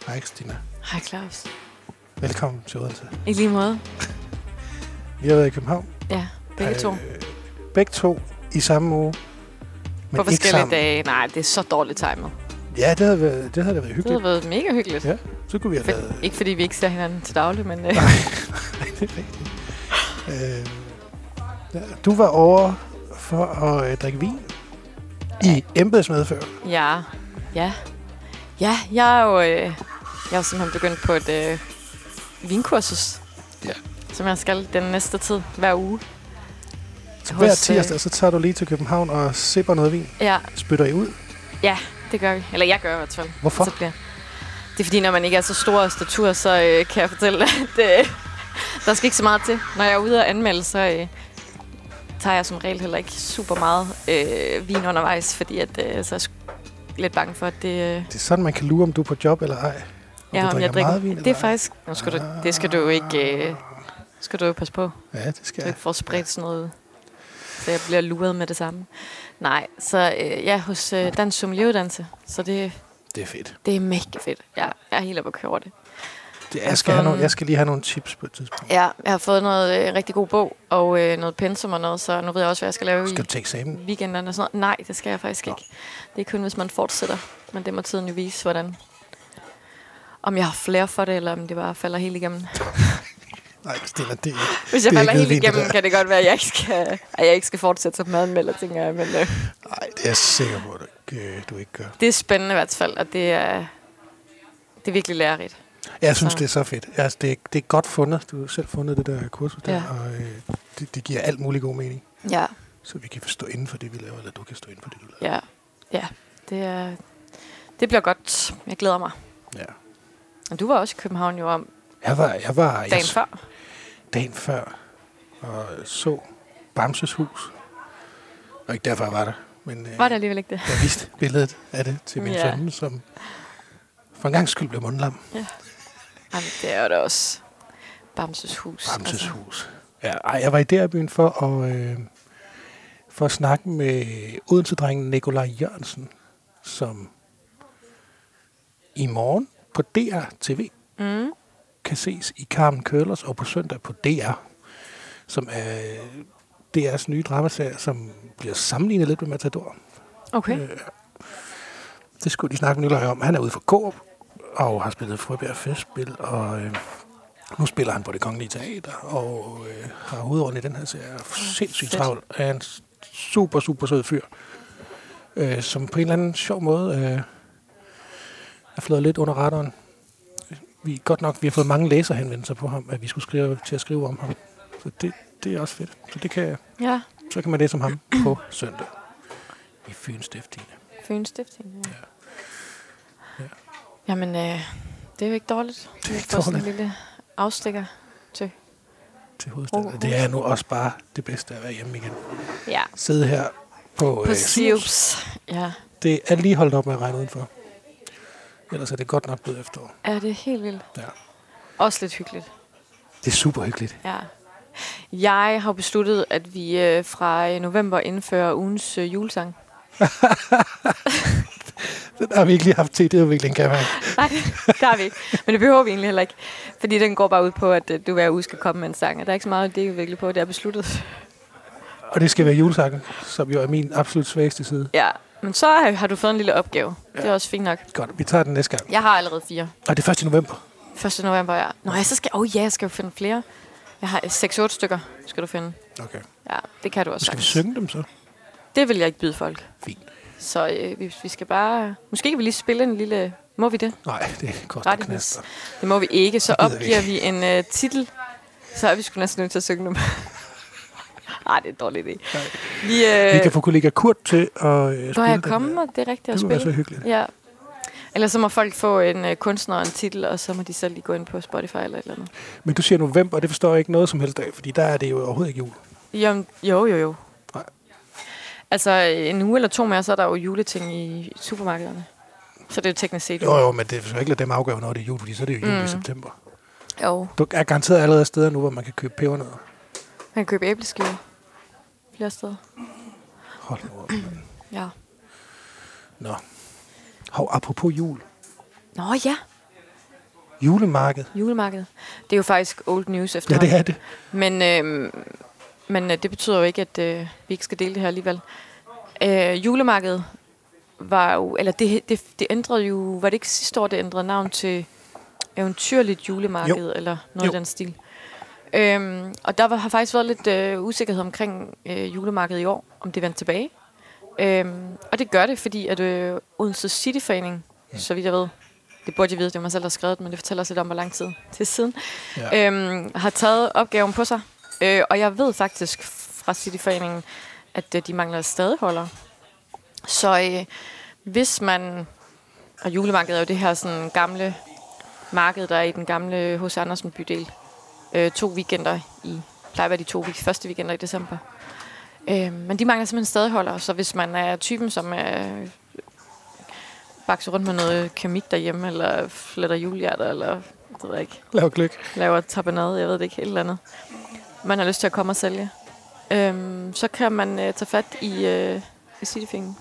Hej Christina. Hej Claus. Velkommen til Odense. I lige måde. Vi har været i København. Ja, begge to. Begge to i samme uge. Men på forskellige dage. Nej, det er så dårligt timet. Ja, det havde været hyggeligt. Det havde været mega hyggeligt. Ja, så kunne vi have lavet... Ikke fordi vi ikke ser hinanden til daglig, men... Nej, det er rigtigt. Du var over for at drikke vin i embedsmedfør. Ja, jeg er jo simpelthen begyndt på et vinkursus, som jeg skal den næste tid, hver uge. Så hver tirsdag, så tager du lige til København og sipper noget vin? Ja. Spytter I ud? Ja, det gør vi. Eller jeg gør i hvert fald. Hvorfor? Det er fordi, når man ikke er så stor statur, så kan jeg fortælle, at der skal ikke så meget til. Når jeg er ude og anmelde, så tager jeg som regel heller ikke super meget vin undervejs, fordi at, så er jeg lidt bange for, at det... Det er sådan, man kan lure, om du er på job eller ej. Ja, om jeg drikker meget vin. Det er faktisk... det skal du jo ikke... skal du jo passe på. Ja, det skal jeg. Du ikke får spredt sådan noget, så jeg bliver luret med det samme. Nej, så hos Dansk Sommelieruddannelse, så det er fedt. Det er mega fedt. Ja, jeg er helt oppe at køre over det. Jeg skal lige have nogle tips på et tidspunkt. Ja, jeg har fået noget rigtig god bog, og noget pensum og noget, så nu ved jeg også, hvad jeg skal lave skal du til eksamen? Weekenderne og sådan noget. Nej, det skal jeg faktisk ikke. Det er kun, hvis man fortsætter. Men det må tiden jo vise, hvordan. Om jeg har flere for det, eller om det bare falder helt igennem. Nej, Christina, det hvis jeg falder helt igennem, kan det godt være, at jeg ikke skal fortsætte som madmelder, tænker jeg. Men, nej, det er jeg sikker på, at du ikke gør. Det er spændende i hvert fald, og det er virkelig lærerigt. Jeg synes, det er så fedt. Altså, det er godt fundet. Du har selv fundet det der kursus der, og det giver alt muligt god mening. Ja. Så vi kan stå inden for det, vi laver, eller du kan stå inden for det, du laver. Ja. Det bliver godt. Jeg glæder mig. Ja. Og du var også i København jo om jeg var dagen før. Dagen før. Og så Bamses hus. Og ikke derfor jeg var der. Men, var det alligevel ikke det? Jeg viste billedet af det til min søn, som for en gang skyld blev mundlam. Ja. Jamen, det er jo da også Bamses hus. Bamses hus. Ja, jeg var i Derbyen for at snakke med Odense-drengen Nikolaj Jørgensen, som i morgen på DR TV kan ses i Carmen Curlers og på søndag på DR, som er DR's nye dramaserie, som bliver sammenlignet lidt med Matador. Okay. Det skulle de snakke med Nikolaj om. Han er ude for Coop og har spillet Frøberg Festspil, og nu spiller han på Det Kongelige Teater, og har hovedånden i den her serie. Sindssygt travlt. Er en super, super sød fyr, som på en eller anden sjov måde er flået lidt under radaren. Vi har fået mange læserhenvendelser på ham, at vi skulle skrive om ham. Så det er også fedt. Så det kan så kan man læse om ham på søndag i Fyens Stiftstidende. Fyens Stiftstidende, ja. Jamen, det er jo ikke dårligt. Det er ikke dårligt. Sådan en lille afstikker til hovedstaden. Det er nu også bare det bedste at være hjemme igen. Ja. Sidde her på Siups. Ja. Det er lige holdt op med at regne udenfor. Ellers er det godt nok blevet efterår. Ja, det er helt vildt. Ja. Også lidt hyggeligt. Det er super hyggeligt. Ja. Jeg har besluttet, at vi fra november indfører ugens julesang. Den har vi ikke lige haft til det udvikling, kan jeg. Nej, det har vi ikke. Men det behøver vi egentlig heller ikke. Fordi den går bare ud på, at du hver uge skal komme med en sang. Og der er ikke så meget, det er virkelig på. Det er besluttet. Og det skal være julesangen, som jo er min absolut svageste side. Ja, men så har du fået en lille opgave. Ja. Det er også fint nok. Godt, vi tager den næste gang. Jeg har allerede 4. Og det er 1. november? 1. november, ja. Nå, jeg skal jo finde flere. Jeg har 6-8 stykker, skal du finde. Okay. Ja, det kan du også. Skal vi synge dem så? Det vil jeg ikke byde folk. Fint. Så vi skal bare... Måske kan vi lige spille en lille... Må vi det? Nej, det koster knaster. Det må vi ikke. Så opgiver vi en titel. Så er vi sgu næsten nødt til at synge dem. Nej, det er en dårlig idé. Vi kan få kollega Kurt til at spille. Når jeg kommer, det er rigtigt at spille. Det er så hyggeligt. Ja. Eller så må folk få en kunstner og en titel, og så må de selv lige gå ind på Spotify eller et eller andet. Men du siger november, og det forstår jeg ikke noget som helst af, fordi der er det jo overhovedet ikke jul. Jamen, jo. Nej. Altså, en uge eller 2 mere, så er der jo juleting i supermarkederne. Så det er jo teknisk set. Jo, men det er jo ikke lade dem afgøre, når det er jul, fordi så er det jo jul i september. Jo. Du er garanteret allerede steder nu, hvor man kan købe pebernødder. Man kan købe æbleskiver flere steder. Hold nu op, Ja. Nå. Apropos jul. Nå ja. Julemarked. Det er jo faktisk old news Ja, efterhånden. det er det. Men det betyder jo ikke, at vi ikke skal dele det her alligevel. Julemarkedet var jo... Eller det ændrede jo... Var det ikke sidste år, det ændrede navn til Eventyrligt Julemarked? Jo. Eller noget af den stil. Og der har faktisk været lidt usikkerhed omkring julemarkedet i år, om det vendte tilbage. Og det gør det, fordi at Odense Cityforening, så vidt jeg ved, det burde jeg vide, det var mig selv, der har skrevet det, men det fortæller os lidt om, hvor lang tid til siden, har taget opgaven på sig. Og jeg ved faktisk fra Cityforeningen, at de mangler stadholder. Så hvis man... Og julemarkedet er jo det her sådan gamle marked, der er i den gamle H.C. Andersen bydel. 2 weekender plejer at være de første weekender i december. Men de mangler simpelthen stadholder, så hvis man er typen, som bakser rundt med noget keramik derhjemme, eller fletter julehjerter, eller det ved jeg ikke. Laver gløgg. Laver tapenade, jeg ved det ikke, et eller andet. Man har lyst til at komme og sælge. Så kan man tage fat i Cityforeningen.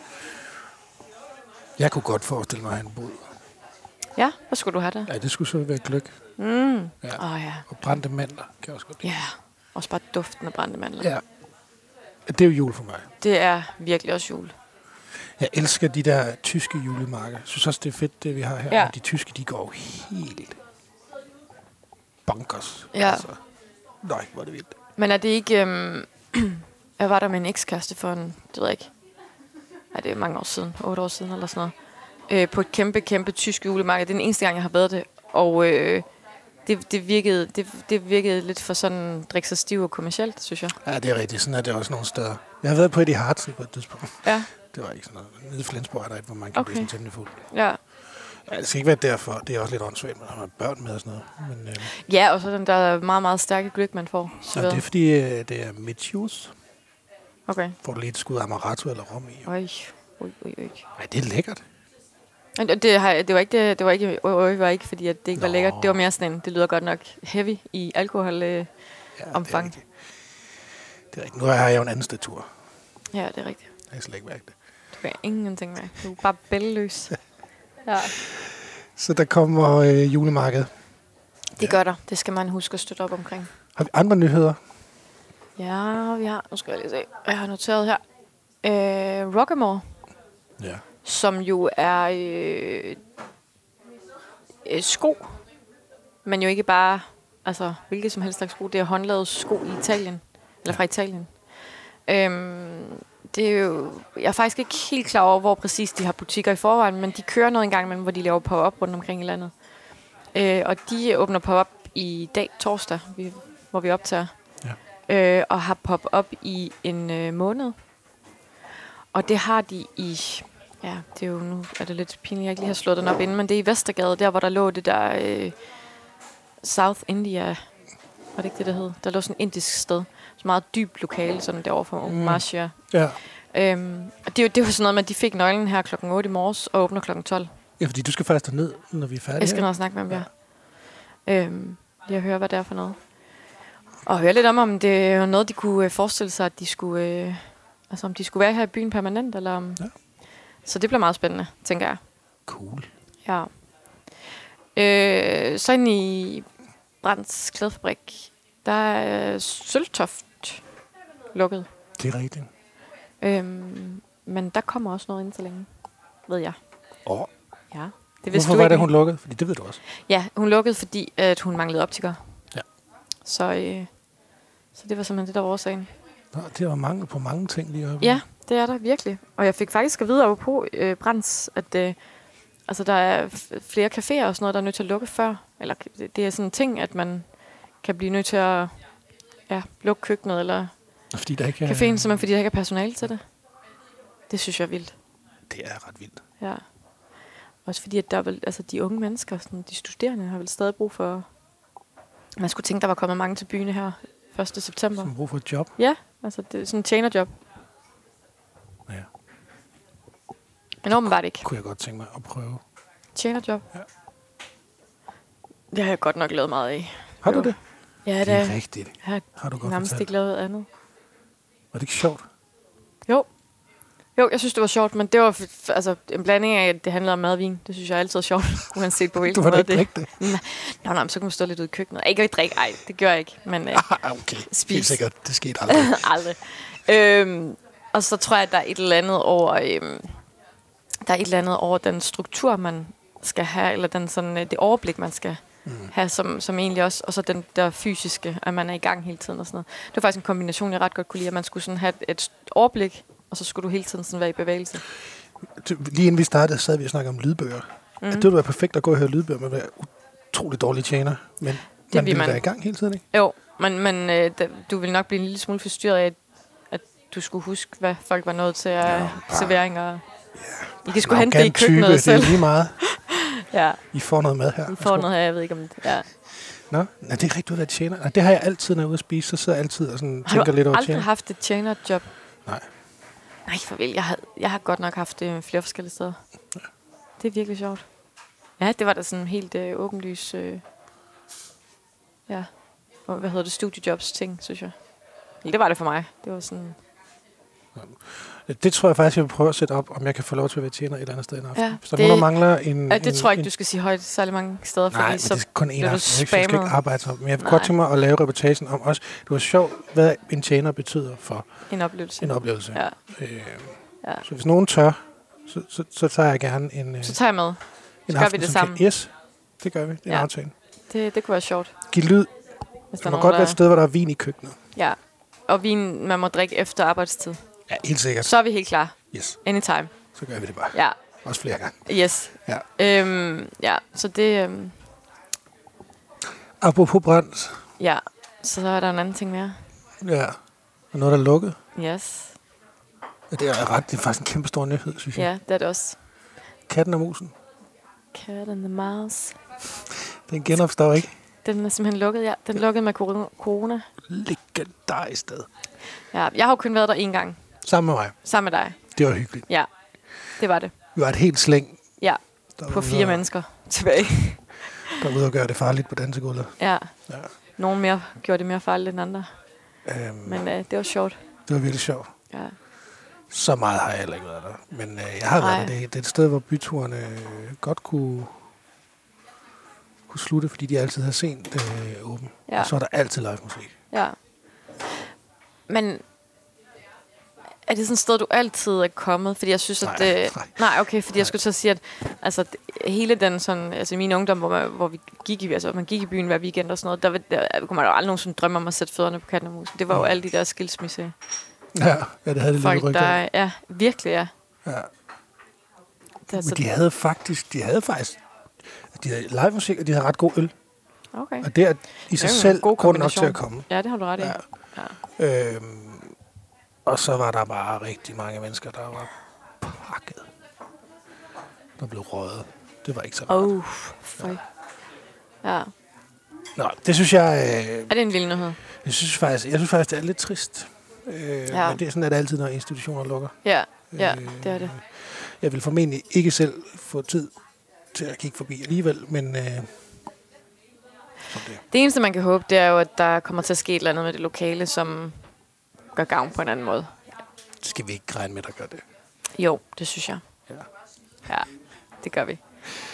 Jeg kunne godt forestille mig, at han boede. Ja, hvad skulle du have der? Ja, det skulle så være gløgg. Ja. Og brændte mandler, kan jeg også godt lide. Ja, også bare duften af brændte mandler. Ja. Det er jo jul for mig. Det er virkelig også jul. Jeg elsker de der tyske julemarkeder. Jeg synes også, det er fedt, det vi har her. Ja. De tyske, de går helt bonkers. Ja. Altså. Nej, hvor er det vildt. Men er det ikke... jeg var der med en ekskæreste for det ved jeg ikke. Ja, det er mange år siden. 8 år siden eller sådan noget. På et kæmpe tysk julemarked. Det er den eneste gang, jeg har været det. Og det virkede lidt for sådan drikke sig stiv og kommercielt, synes jeg. Ja, det er rigtigt. Sådan er det også nogle steder. Jeg har været på et i Harzen på et tidspunkt. Ja. Det var ikke sådan noget. Nede i Flensborg er der et, hvor man kan blive sådan temmelig fuld. Ja. Ja, det skal ikke være derfor. Det er også lidt åndssvagt, når man har børn med og sådan noget. Men, Ja, og så den der meget, meget stærke gløgg, man får. ja, det er fordi, det er midtjuice. Okay. Får du lige et skud amaretto eller rom i. Oj. Nej, det er lækkert. Det var ikke fordi, at det ikke var lækkert. Det var mere sådan en, det lyder godt nok heavy i alkohol omfang. Det er rigtigt. Nu har jeg jo en anden statur. Ja, det er rigtigt. Jeg kan slet ikke mærke det. Du kan ingenting med. Du er bare bælleløs. Ja. Så der kommer julemarkedet. Det gør der. Det skal man huske at støtte op omkring. Har vi andre nyheder? Ja, vi har. Nu skal jeg lige se. Jeg har noteret her. Rockamore. Ja. Som jo er sko. Men jo ikke bare, altså hvilket som helst slags sko. Det er håndlavet sko i Italien. Eller fra Italien. Det er jo, jeg er faktisk ikke helt klar over, hvor præcis de har butikker i forvejen, men de kører noget en gang imellem, hvor de laver pop-up rundt omkring i landet. Og de åbner pop-up i dag, torsdag, hvor vi optager. Ja. Og har pop-up i en måned. Og det har de i... Ja, det er jo nu er det lidt pinligt, jeg ikke lige har slået den op inden, men det er i Vestergade, der hvor der lå det der South India, var det ikke det, der hed? Der lå sådan et indisk sted, så meget dyb lokale, sådan derovre fra Marcia. Ja. Og det var sådan noget med, at de fik nøglen her klokken 8 i morges og åbner klokken 12. Ja, fordi du skal faktisk derned, når vi er færdige. Jeg skal nok snakke med dem, ja. Jeg hører, hvad det er for noget. Og høre lidt om det er noget, de kunne forestille sig, at de skulle... altså om de skulle være her i byen permanent, eller om... Ja. Så det bliver meget spændende, tænker jeg. Cool. Ja. Så inde i Brands Klædefabrik, der er Søltoft lukket. Det er rigtigt. Men der kommer også noget inden så længe, ved jeg. Ja. Det hvorfor var det, hun lukkede? Fordi det ved du også. Ja, hun lukkede, fordi at hun manglede optikere. Ja. Så det var simpelthen det, der var årsagen. Nå, det var mangel på mange ting lige oppe. Ja, det er der virkelig. Og jeg fik faktisk at vide over på Brands, at altså, der er flere caféer og sådan noget, der er nødt til at lukke før. Eller det er sådan en ting, at man kan blive nødt til at lukke køkkenet eller fordi der ikke er... caféen, simpelthen fordi der ikke er personale til det. Det synes jeg er vildt. Det er ret vildt. Ja. Også fordi, at der vel, altså de unge mennesker, sådan, de studerende, har vel stadig brug for... Man skulle tænke, der var kommet mange til byen her 1. september. Som brug for et job? Ja, altså det er sådan en tjenerjob. Ja. Men åbenbart ikke. Kunne jeg godt tænke mig at prøve. Tjenerjob? Ja. Det har jeg godt nok lavet meget af. Har du det? Ja, det er rigtigt. Jeg har du godt nærmest fortalt. ikke lavet andet. Var det ikke sjovt? Jo. Jo, jeg synes, det var sjovt, men det var altså en blanding af, at det handlede om mad og vin. Det synes jeg altid er sjovt, uanset på hvilken Du måde var da ikke drikke det? Nej, men så kunne man stå lidt ude i køkkenet. Ikke drikke, det gør jeg ikke, men Okay, spis. helt sikkert. Det skete aldrig. Aldrig. Og så tror jeg, at der er et eller andet over den struktur, man skal have, eller den sådan, det overblik, man skal have, som egentlig også, og så den der fysiske, at man er i gang hele tiden og sådan noget. Det var faktisk en kombination, jeg ret godt kunne lide, at man skulle sådan have et overblik, og så skulle du hele tiden sådan være i bevægelse. Lige inden vi startede, sad vi og snakkede om lydbøger. Det ville være perfekt at gå og høre lydbøger, men være utrolig dårlige tjener. Men man ville være i gang hele tiden, ikke? Jo, men du vil nok blive en lille smule forstyrret af, at du skulle huske, hvad folk var nået til af serveringer. I kan sgu hente det i køkkenet selv. Det er lige meget. Ja. I får noget mad her. I får noget her, jeg ved ikke om det. Ja. Nå, det er rigtig ud af tjener. Det har jeg altid, når jeg er ude at spise, så sidder jeg altid og sådan, tænker lidt over tjener. Har du aldrig haft et tjenerjob? Nej. Nej, for vel. Jeg har godt nok haft det flere forskellige steder. Ja. Det er virkelig sjovt. Ja, det var da sådan helt åbenlys... hvad hedder det? Studiejobs ting, synes jeg. Eller det var det for mig. Det var sådan... Det tror jeg faktisk, jeg vil prøve at sætte op, om jeg kan få lov til at være tjener et eller andet sted en aften. Ja, hvis der mangler en... Ja, det tror jeg ikke, du skal sige højt særlig mange steder. Nej, fordi så det er kun en aften. Jeg skal ikke arbejde sammen. Men jeg vil godt tænke mig at lave reportagen om også. Det var sjovt, hvad en tjener betyder for... En oplevelse. Ja. Så hvis nogen tør, så tager jeg gerne en... Så tager jeg med. Så gør vi det sammen. Yes, det gør vi. Det er en aftale. Det kunne være sjovt. Giv lyd. Det må godt være et sted, hvor der er vin i køkkenet. Ja, og vin, man må drikke efter arbejdstid. Ja, helt sikkert. Så er vi helt klar. Yes. Anytime. Så gør vi det bare. Ja. Også flere gange. Yes. Ja. Så det... Apropos brændt. Ja, så er der en anden ting mere. Ja, og noget, der er lukket. Yes. Ja, det er faktisk en kæmpe stor nyhed, synes jeg. Ja, det er det også. Katten og musen. Cat and the Mouse. Den genopstår ikke. Den er simpelthen lukket, ja. Den lukkede med corona. Legendarisk sted. Ja, jeg har jo kun været der 1 gang. Sammen med mig. Sammen med dig. Det var hyggeligt. Ja, det var det. Vi var et helt slæng. Ja, på 4 mennesker tilbage. Der var ude og gøre det farligt på dansegulvet. Ja. Nogle gjorde det mere farligt end andre. Men det var sjovt. Det var virkelig sjovt. Ja. Så meget har jeg heller ikke været der. Men jeg har været der. Det er et sted, hvor byturene godt kunne slutte, fordi de altid har sent åben. Ja. Og så er der altid live musik. Ja. Men er det sådan et sted, du altid er kommet? Fordi jeg synes, at det... Nej, okay, fordi jeg skulle til at sige, at altså, hele den sådan... Altså i min ungdom, hvor vi gik i... Altså, man gik i byen hver weekend og sådan noget, der kunne man jo aldrig nogensinde drømme om at sætte fødderne på Katten og Musen. Det var jo alle de der skilsmisse. Ja, det havde det folk, lidt rygter. Ja, virkelig, ja. Men de havde faktisk live musik, og de havde ret god øl. Okay. Og det er i sig selv grund nok til at komme. Ja, det har du ret i. Ja. Og så var der bare rigtig mange mennesker, der var pakket. Der blev røget. Det var ikke så rart. Ja. Nå, det synes jeg... Er det en vild nyhed? Jeg synes faktisk, det er lidt trist. Men det er sådan, at det altid, når institutioner lukker. Ja, det er det. Jeg vil formentlig ikke selv få tid til at kigge forbi alligevel, men... Det eneste, man kan håbe, det er jo, at der kommer til at ske et eller andet med det lokale, som gør gavn på en anden måde. Skal vi ikke regne med, at gør det? Jo, det synes jeg. Ja, det gør vi.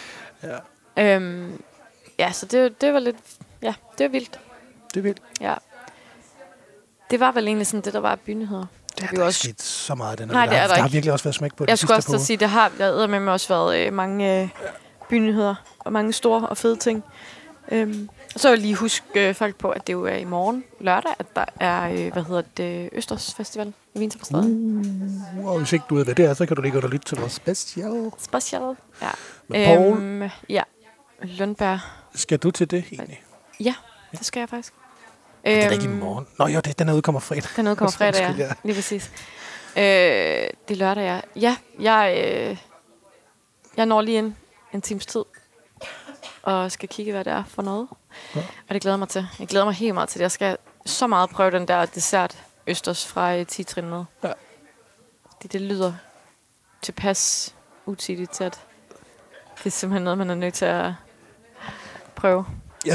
Ja. Så det var lidt... Ja, det var vildt. Det er vildt. Ja. Det var vel egentlig sådan det, der var bynyheder. Det har også sket så meget den her. Nej, det er der har virkelig også været smæk på det. Jeg skulle også sige, der har med mig også været mange bynyheder og mange store og fede ting. Og så vil jeg lige huske folk på, at det jo er i morgen lørdag, at der er, Østers Festival i Vinterstræde. Og hvis ikke du ved, hvad det er, så kan du lige gå og lytte til vores special. Ja. Med Poul. Ja, Lundberg. Skal du til det egentlig? Ja, det skal jeg faktisk. Det er ikke i morgen. Nå jo, den er udkommer fredag. Den udkommer fredag, ja. Lige præcis. Det er lørdag, ja. Ja, jeg når lige en times tid og skal kigge, hvad det er for noget. Ja. Og det glæder mig til. Jeg glæder mig helt meget til det. Jeg skal så meget prøve den der dessert Østers fra 10 med. Ja. Det lyder tilpas utidigt til, at det er simpelthen noget, man er nødt til at prøve. Jeg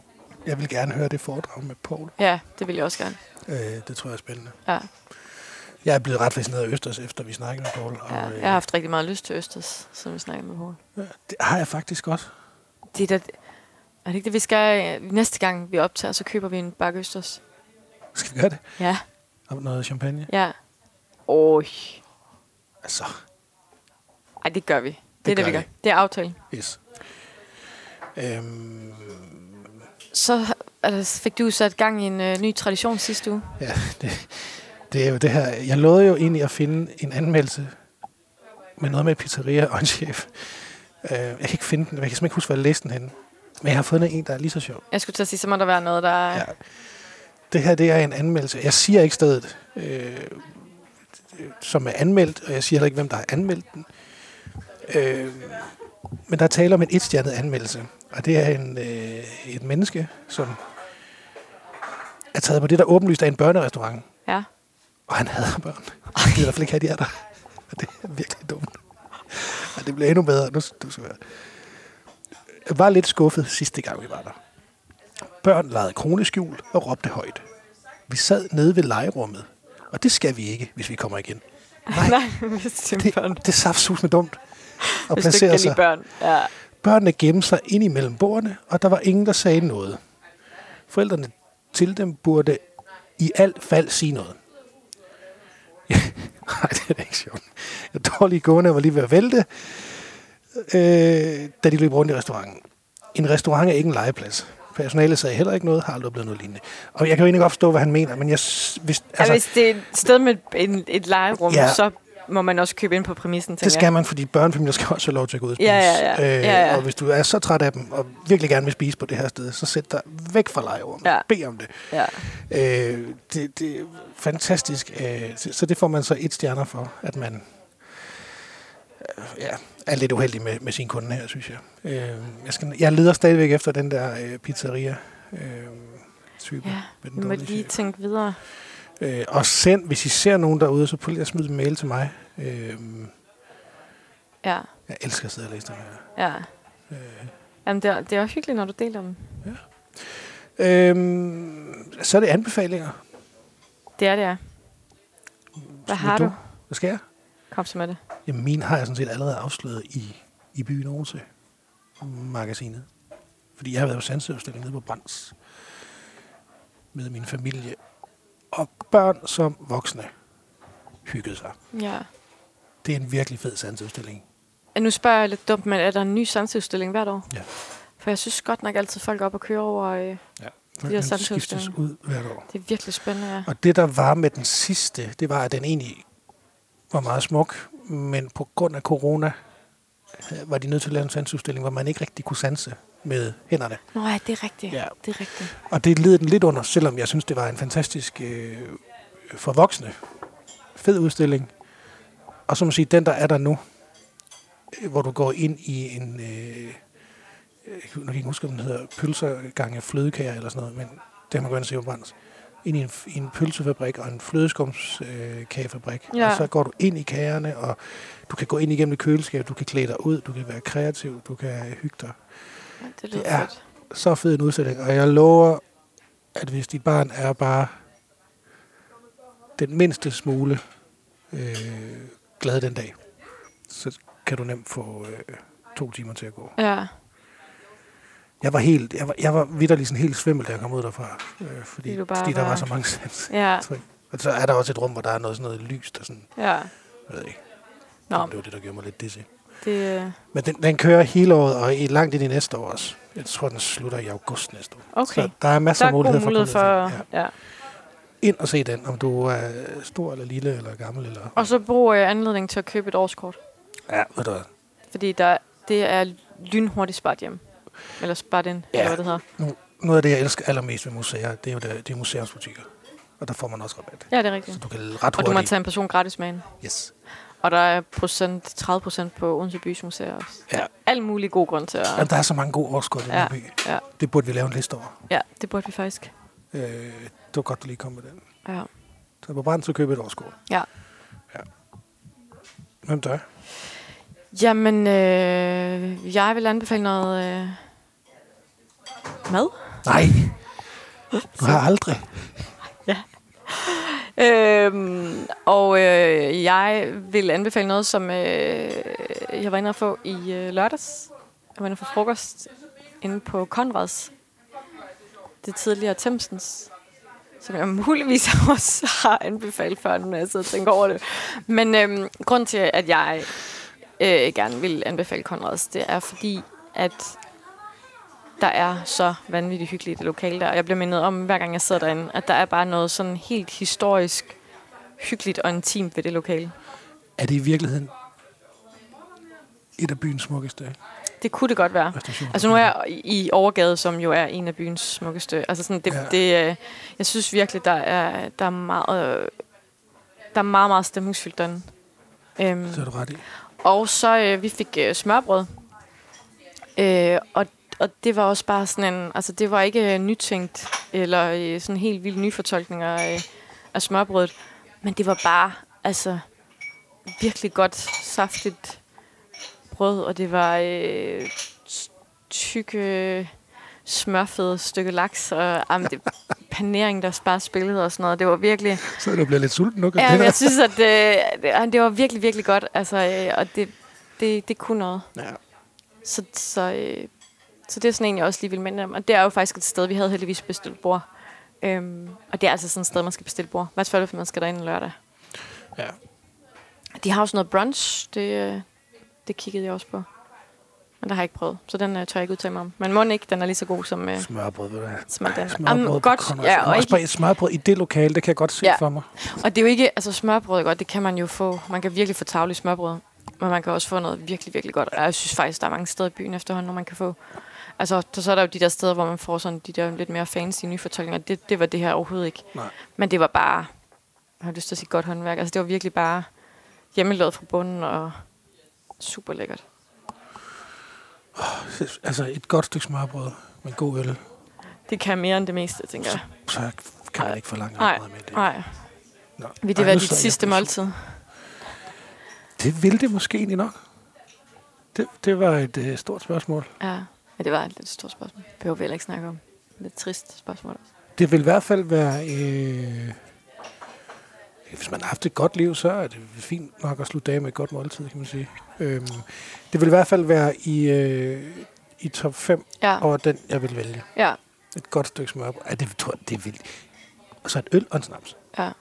vil gerne høre det foredrag med Poul. Ja, det vil jeg også gerne. Det tror jeg er spændende. Ja. Jeg er blevet ret fascineret af Østers, efter vi snakkede med Poul. Ja, jeg har haft rigtig meget lyst til Østers, som vi snakkede med Poul. Ja, det har jeg faktisk også. Det er det ikke det, vi skal... Næste gang vi optager, så køber vi en bakke Østers. Skal vi gøre det? Ja. Og noget champagne? Ja. Altså, Ej, det gør vi. Det er det, vi gør. Det er aftalen. yes. Så fik du sat gang i en ny tradition sidste uge. Ja, det er jo det her. Jeg lovede jo egentlig at finde en anmeldelse med noget med pizzeria og en chef. Jeg kan ikke finde den. Jeg kan simpelthen ikke huske, hvor jeg læste den henne. Men jeg har fundet en, der er lige så sjov. Jeg skulle til at sige, så må der være noget, der... Ja. Det her, det er en anmeldelse. Jeg siger ikke stedet, som er anmeldt, og jeg siger heller ikke, hvem der har anmeldt den. Men der taler om en etstjernet anmeldelse. Og det er et menneske, som er taget på det, der åbenlyst er en børnerestaurant. Ja. Og han hader børn. Han gider i hvert fald ikke have, de er der. Og det er virkelig dumt. Og det bliver endnu bedre. Nu skal jeg var lidt skuffet sidste gang, vi var der. Børn legede kroneskjul og råbte højt. Vi sad nede ved legerummet. Og det skal vi ikke, hvis vi kommer igen. Nej, det er saftsus med dumt. Og hvis du ikke kan lide børn. Ja. Børnene gemte sig ind imellem bordene, og der var ingen, der sagde noget. Forældrene til dem burde i alt fald sige noget. Ja, nej, det er ikke sjovt. Jeg dårlige gående var lige ved at vælte, da de løb rundt i restauranten. En restaurant er ikke en legeplads. Personalet sagde heller ikke noget, har aldrig blevet noget lignende. Og jeg kan jo egentlig godt forstå, hvad han mener, men hvis det er et sted med et legerum, så må man også købe ind på præmissen, det skal man, fordi børnefamilier skal også have lov til at gå ud og spise. Ja. Og hvis du er så træt af dem, og virkelig gerne vil spise på det her sted, så sæt dig væk fra legerummet. Ja. Bed om det. Ja. Det er fantastisk. Så det får man så 1 stjerner for, at man er lidt uheldig med sin kunde her, synes jeg. Jeg leder stadigvæk efter den der pizzeria type. Ja, vi må lige tænke videre. Og hvis I ser nogen derude, så prøv lige at smide en mail til mig. Ja. Jeg elsker at sidde og læse dem her. Ja. Jamen, det er også hyggeligt, når du deler dem. Ja. Så er det anbefalinger. Det er det, ja. Hvad har du? Hvad skal jeg? Kom så med det. Jamen, min har jeg sådan set allerede afsløret i Byen Odense magasinet. Fordi jeg har været på sandsøgstilling nede på Brands med min familie. Og børn som voksne hyggede sig. Ja. Det er en virkelig fed sansudstilling. Nu spørger jeg lidt dumt, men er der en ny sansudstilling hvert år? Ja. For jeg synes godt nok altid, folk er op og kører over de her skiftes ud hvert år. Det er virkelig spændende, ja. Og det, der var med den sidste, det var, at den egentlig var meget smuk, men på grund af corona var de nødt til at lave en sansudstilling, hvor man ikke rigtig kunne sanse med hænderne. Nå ja, det er rigtigt. Ja. Det er rigtigt. Og det led den lidt under, selvom jeg synes, det var en fantastisk for voksne fed udstilling. Og så må sige, den der er der nu, hvor du går ind i en, jeg kan ikke huske, om den hedder pølsergange flødekager eller sådan noget, men det har man gået ind og se på Brands. Ind i en pølsefabrik og en flødeskumskagefabrik. Ja. Og så går du ind i kagerne, og du kan gå ind igennem et køleskab, du kan klæde dig ud, du kan være kreativ, du kan hygge dig. Det er fedt. Så fed en udstilling, og jeg lover, at hvis dit barn er bare den mindste smule glad den dag, så kan du nemt få 2 timer til at gå. Ja. Jeg var vitterlig sådan helt svimmel, da jeg kom ud derfra, fordi der var så mange sans. Ja. Og så er der også et rum, hvor der er noget sådan noget lyst og sådan. Ja. Jeg ved ikke. Det var det, der gjorde mig lidt dizzy. Men den kører hele året, og langt ind i næste år også. Jeg tror, den slutter i august næste år. Okay. Så der er masser af muligheder for ja. Ind og se den, om du er stor eller lille eller gammel. Eller. Og så bruger jeg anledning til at købe et årskort. Ja, ved du hvad. Fordi det er lynhurtigt spart hjem. Eller spart ind, eller hvad det hedder. Noget af det, jeg elsker allermest ved museer, det er jo de museumsbutikker. Og der får man også rabat. Ja, det er rigtigt. Så du kan ret hurtigt. Og du må tage en person gratis med ind. Yes. Og der er 30% på Odense Bys Museer også. Ja. Al mulig god grund til at... Jamen, der er så mange gode årskort i den by. Ja. Det burde vi lave en liste over. Ja, det burde vi faktisk. Det var godt, du lige kom med den. Ja. Så på Brands, så købe et årskort. Ja. Hvem der? Jamen, jeg vil anbefale noget mad. Nej, du har aldrig. Ja. Jeg vil anbefale noget, som jeg var inde at få i lørdags. Jeg var inde at få frokost inde på Conrads. Det tidligere Themsens, som jeg muligvis også har anbefalet før, når jeg sidder og tænker over det. Men grund til, at jeg gerne vil anbefale Conrads, det er fordi, at der er så vanvittigt hyggeligt det lokale der. Og jeg bliver mindet om, hver gang jeg sidder derinde, at der er bare noget sådan helt historisk hyggeligt og intimt ved det lokale. Er det i virkeligheden et af byens smukkeste? Det kunne det godt være. Altså nu er jeg i Overgade, som jo er en af byens smukkeste. Altså sådan jeg synes virkelig, der er meget stemningsfyldt derinde. Så er du ret i. Og så vi fik smørbrød. Og det var også bare sådan en, altså det var ikke nytænkt eller sådan helt vilde nyfortolkninger af smørbrødet, men det var bare altså virkelig godt saftigt brød, og det var tykke smørfede stykke laks og panering, der bare spillede og sådan noget. Det var virkelig. Så du bliver lidt sulten nu. Ja, men jeg synes at det var virkelig virkelig godt, altså og det kunne noget. Ja. Så det er sådan en, jeg også lige vil minde om. Og det er jo faktisk et sted, vi havde heldigvis bestilt bord. Og det er altså sådan et sted, man skal bestille bord. I hvert fald, hvis man skal derind lørdag. Ja. De har også noget brunch. Det kiggede jeg også på. Men der har jeg ikke prøvet. Så den tør jeg ikke udtale mig om. Men må ikke, den er lige så god som smørbrød, ved du hvad? Smørbrød godt. Ja, og også bare et smørbrød i det lokale, det kan jeg godt se for mig. Og det er jo ikke, altså smørbrød er godt, det kan man jo få. Man kan virkelig få tavligt smørbrød. Men man kan også få noget virkelig, virkelig godt. Og jeg synes faktisk, der er mange steder i byen efterhånden, hvor man kan få. Altså, så er der jo de der steder, hvor man får sådan de der lidt mere fancy nyfortolkninger. Det var det her overhovedet ikke. Nej. Men det var bare, jeg har lyst til at sige godt håndværk. Altså, det var virkelig bare hjemmelavet fra bunden og super lækkert. Altså, et godt stykke smørbrød med god øl. Det kan mere end det meste, tænker jeg. Så kan man ikke forlange meget med det. Nej. Vil det være dit sidste måltid? Det ville det måske egentlig nok. Det var et stort spørgsmål. Ja, det var et lidt stort spørgsmål. Det behøver vi heller ikke snakke om. Lidt trist spørgsmål. Det vil i hvert fald være... hvis man har haft et godt liv, så er det fint nok at slutte af med et godt måltid, kan man sige. Det vil i hvert fald være i top 5 over den, jeg vil vælge. Ja. Et godt stykke smørbrød. Ja, det tror jeg, det er vildt. Og så et øl og en snaps. Ja.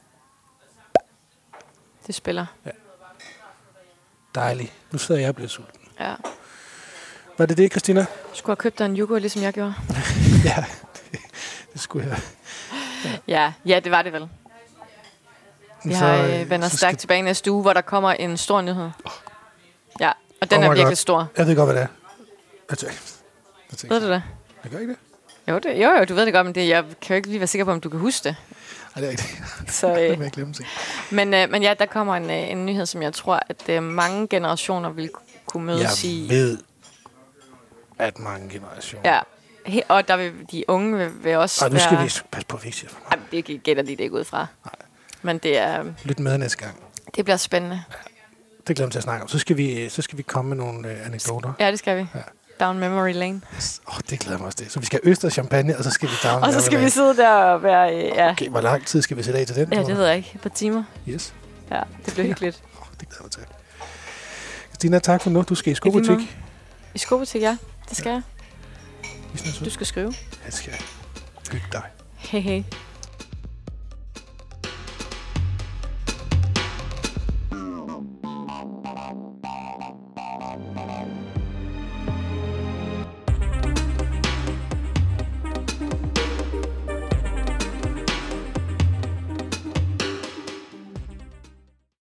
Det spiller. Ja. Dejligt. Nu sidder jeg og bliver sulten. Ja. Var det, Christina? Skulle have købt dig en yoghurt, ligesom jeg gjorde. Ja, det skulle jeg. Ja, det var det vel. Vi har vender stærkt tilbage næste uge, hvor der kommer en stor nyhed. Ja, og den er virkelig stor. Jeg ved godt, hvad det er. Ved du det? Jeg gør ikke det. Jo, du ved det godt, men jeg kan jo ikke lige være sikker på, om du kan huske det. Nej, det er ikke det. Så, det vil jeg glemme sig. Men ja, der kommer en nyhed, som jeg tror, at mange generationer vil kunne mødes i. Jeg ved, at mange generationer. Ja, og der vil de unge vil også være... nu skal vi passe på, at vi ikke siger for meget. Det gætter de det ikke ud fra. Nej. Men det er... Lyt med næste gang. Det bliver spændende. Ja, det glemte jeg at snakke om. Så skal vi komme med nogle anekdoter. Ja, det skal vi. Ja. Down memory lane. Det glæder mig også det. Så vi skal øst og champagne, og så skal vi down. Og så skal vi sidde der og være... Ja. Okay, hvor lang tid skal vi sætte af til den? Ja, det ved jeg ikke. Et par timer. Yes. Ja, det bliver hyggeligt. Det glæder mig til. Christina, tak for nu. Du skal i skobutik. I skobutik, ja. Det skal jeg. Du skal skrive. Jeg skal hygge dig. Hej.